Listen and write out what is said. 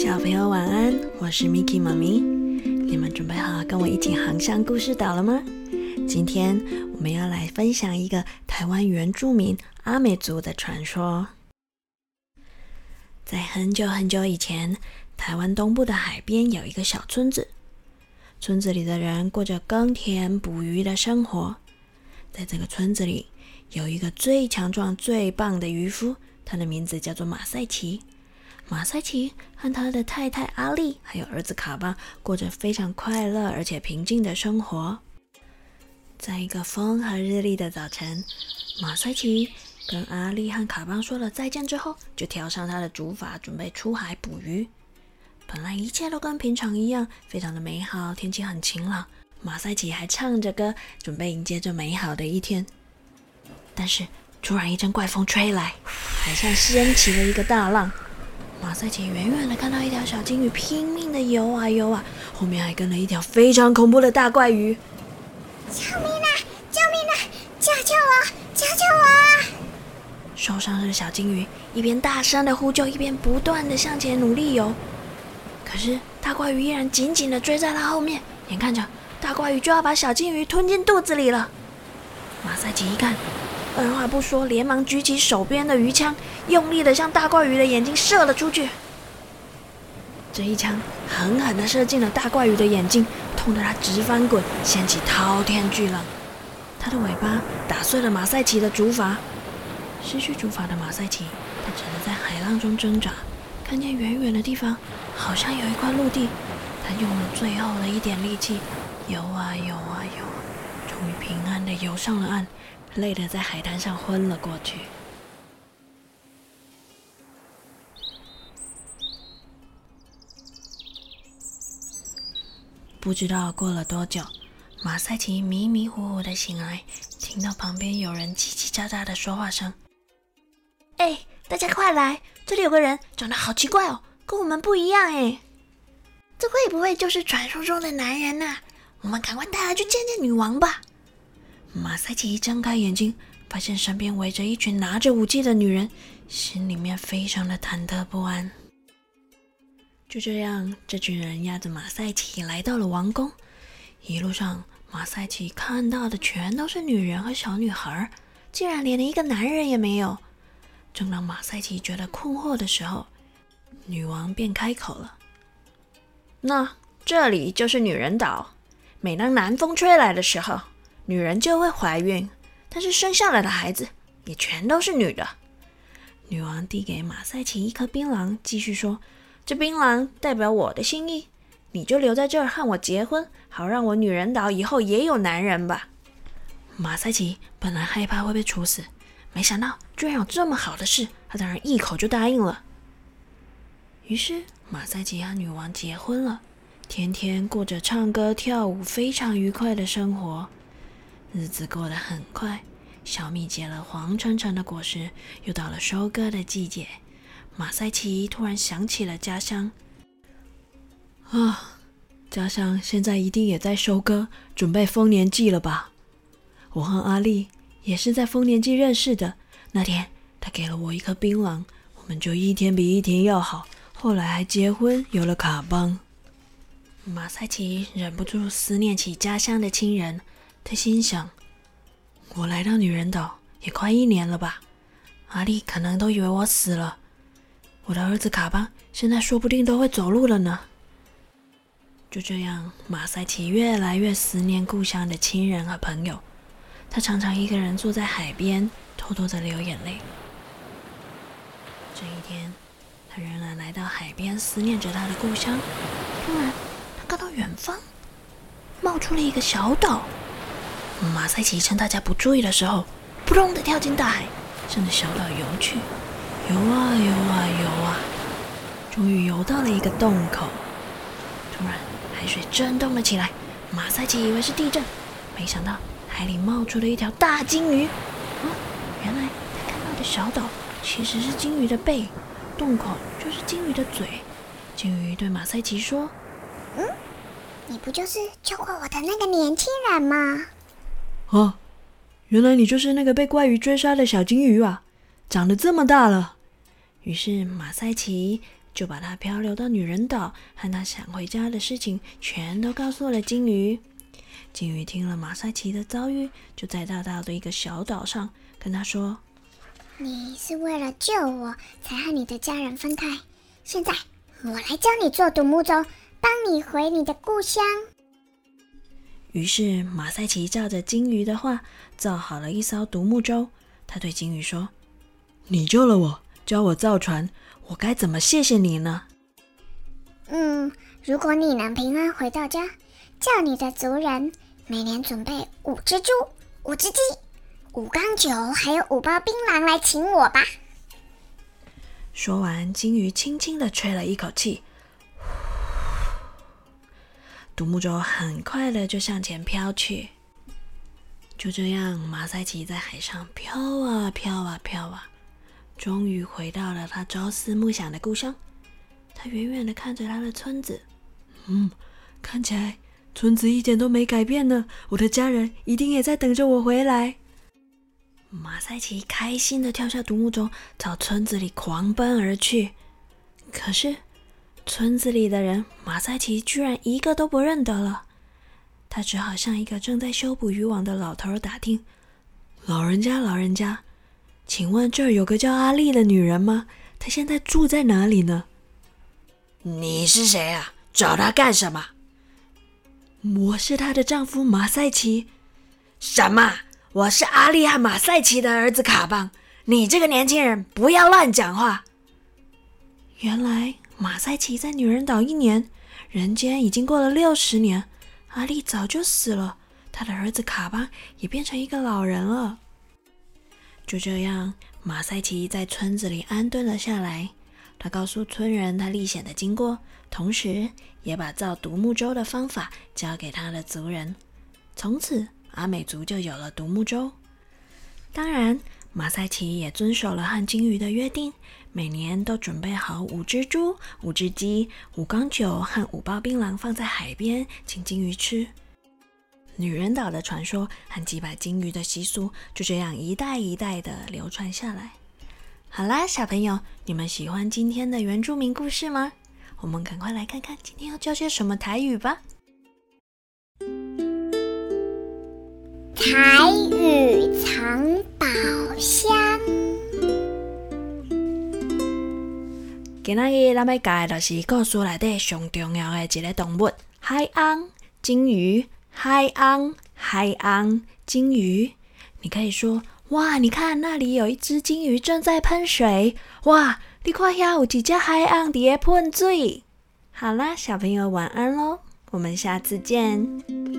小朋友晚安，我是 Miki 妈咪。你们准备好跟我一起航向故事岛了吗？今天我们要来分享一个台湾原住民阿美族的传说。在很久很久以前，台湾东部的海边有一个小村子，村子里的人过着耕田捕鱼的生活。在这个村子里，有一个最强壮最棒的渔夫，他的名字叫做马赛奇。马赛奇和他的太太阿丽还有儿子卡巴过着非常快乐而且平静的生活。在一个风和日丽的早晨，马赛奇跟阿丽和卡巴说了再见之后，就跳上他的竹筏准备出海捕鱼。本来一切都跟平常一样，非常的美好，天气很晴朗，马赛奇还唱着歌准备迎接这美好的一天。但是突然一阵怪风吹来，海上掀起了一个大浪。马赛奇远远的看到一条小金鱼拼命的游啊游啊，后面还跟了一条非常恐怖的大怪鱼。 救命啊！救命啊！救救我！救救我啊！ 受伤的小金鱼一边大声的呼救，一边不断的向前努力游。可是大怪鱼依然紧紧的追在他后面，眼看着大怪鱼就要把小金鱼吞进肚子里了。马赛奇一看，二话不说，连忙举起手边的鱼枪，用力的向大怪鱼的眼睛射了出去。这一枪狠狠地射进了大怪鱼的眼睛，痛得它直翻滚，掀起滔天巨浪。它的尾巴打碎了马赛奇的竹筏。失去竹筏的马赛奇，他只能在海浪中挣扎。看见远远的地方好像有一块陆地，他用了最后的一点力气，游啊游啊游，终于平安地游上了岸，累得在海滩上昏了过去。不知道过了多久，马赛奇迷迷糊糊地醒来，听到旁边有人叽叽喳喳的说话声。大家快来，这里有个人长得好奇怪哦，跟我们不一样哎。这会不会就是传说中的男人啊？我们赶快带他去见见女王吧。马赛奇一睁开眼睛，发现身边围着一群拿着武器的女人，心里面非常的忐忑不安。就这样，这群人押着马赛奇来到了王宫。一路上，马赛奇看到的全都是女人和小女孩，竟然连一个男人也没有。正当马赛奇觉得困惑的时候，女王便开口了：那这里就是女人岛，每当南风吹来的时候，女人就会怀孕，但是生下来的孩子也全都是女的。女王递给马赛奇一颗槟榔，继续说：这槟榔代表我的心意，你就留在这儿和我结婚，好让我女人岛以后也有男人吧。马赛奇本来害怕会被处死，没想到居然有这么好的事，他当然一口就答应了。于是马赛奇和女王结婚了，天天过着唱歌跳舞非常愉快的生活。日子过得很快，小米结了黄澄澄的果实，又到了收割的季节。马赛奇突然想起了家乡。家乡现在一定也在收割，准备丰年祭了吧？我和阿丽也是在丰年祭认识的，那天他给了我一颗槟榔，我们就一天比一天要好，后来还结婚，有了卡邦。马赛奇忍不住思念起家乡的亲人，他心想，我来到女人岛也快1年了吧，阿丽可能都以为我死了，我的儿子卡邦现在说不定都会走路了呢。就这样，马赛奇越来越思念故乡的亲人和朋友，他常常一个人坐在海边，偷偷的流眼泪。这一天，他仍然来到海边，思念着他的故乡。突然，他看到远方冒出了一个小岛。马赛奇趁大家不注意的时候，扑通的跳进大海，向着小岛游去。游啊游啊游啊，终于游到了一个洞口。突然，海水震动了起来，马赛奇以为是地震，没想到海里冒出了一条大金鱼。原来他看到的小岛其实是金鱼的背，洞口就是金鱼的嘴。金鱼对马赛奇说： 你不就是救过我的那个年轻人吗？ 原来你就是那个被怪鱼追杀的小金鱼啊，长得这么大了。于是马赛奇就把他漂流到女人岛和他想回家的事情全都告诉了金鱼。金鱼听了马赛奇的遭遇，就在大大的一个小岛上跟他说： 你是为了救我才和你的家人分开，现在我来教你做独木舟，帮你回你的故乡。 于是马赛奇照着金鱼的话造好了一艘独木舟。他对金鱼说：你救了我，教我造船，我该怎么谢谢你呢？ 如果你能平安回到家，叫你的族人每年准备5只猪、5只鸡、5缸酒，还有5包槟榔来请我吧。 说完，金鱼轻轻地吹了一口气，独木舟很快的就向前飘去。就这样，马赛奇在海上飘啊飘啊飘啊，终于回到了他朝思暮想的故乡。他远远的看着他的村子，看起来村子一点都没改变呢，我的家人一定也在等着我回来。马赛奇开心的跳下独木舟，朝村子里狂奔而去。可是村子里的人，马赛奇居然一个都不认得了。他只好向一个正在修补渔网的老头打听：老人家，请问这儿有个叫阿丽的女人吗？她现在住在哪里呢？你是谁啊？找她干什么？我是她的丈夫马赛奇。什么？我是阿丽和马赛奇的儿子卡邦，你这个年轻人不要乱讲话。原来马赛奇在女人岛1年，人间已经过了60年，阿丽早就死了，他的儿子卡邦也变成一个老人了。就这样，马赛奇在村子里安顿了下来。他告诉村人他历险的经过，同时也把造独木舟的方法教给他的族人。从此阿美族就有了独木舟。当然，马赛奇也遵守了和金鱼的约定，每年都准备好5只猪、5只鸡、5缸酒和5包槟榔放在海边，请金鱼吃。女人岛的传说和祭拜金鱼的习俗就这样一代一代的流传下来。好啦，小朋友，你们喜欢今天的原住民故事吗？我们赶快来看看今天要教些什么台语吧。 台语藏宝箱。 今仔日咱要教的就是故事内底上重要的一个动物——海翁、金鱼。海翁、金鱼。你可以说：哇，你看那里有一只金鱼正在喷水。哇，你看遐有一只海翁在喷水。好啦，小朋友晚安咯，我们下次见。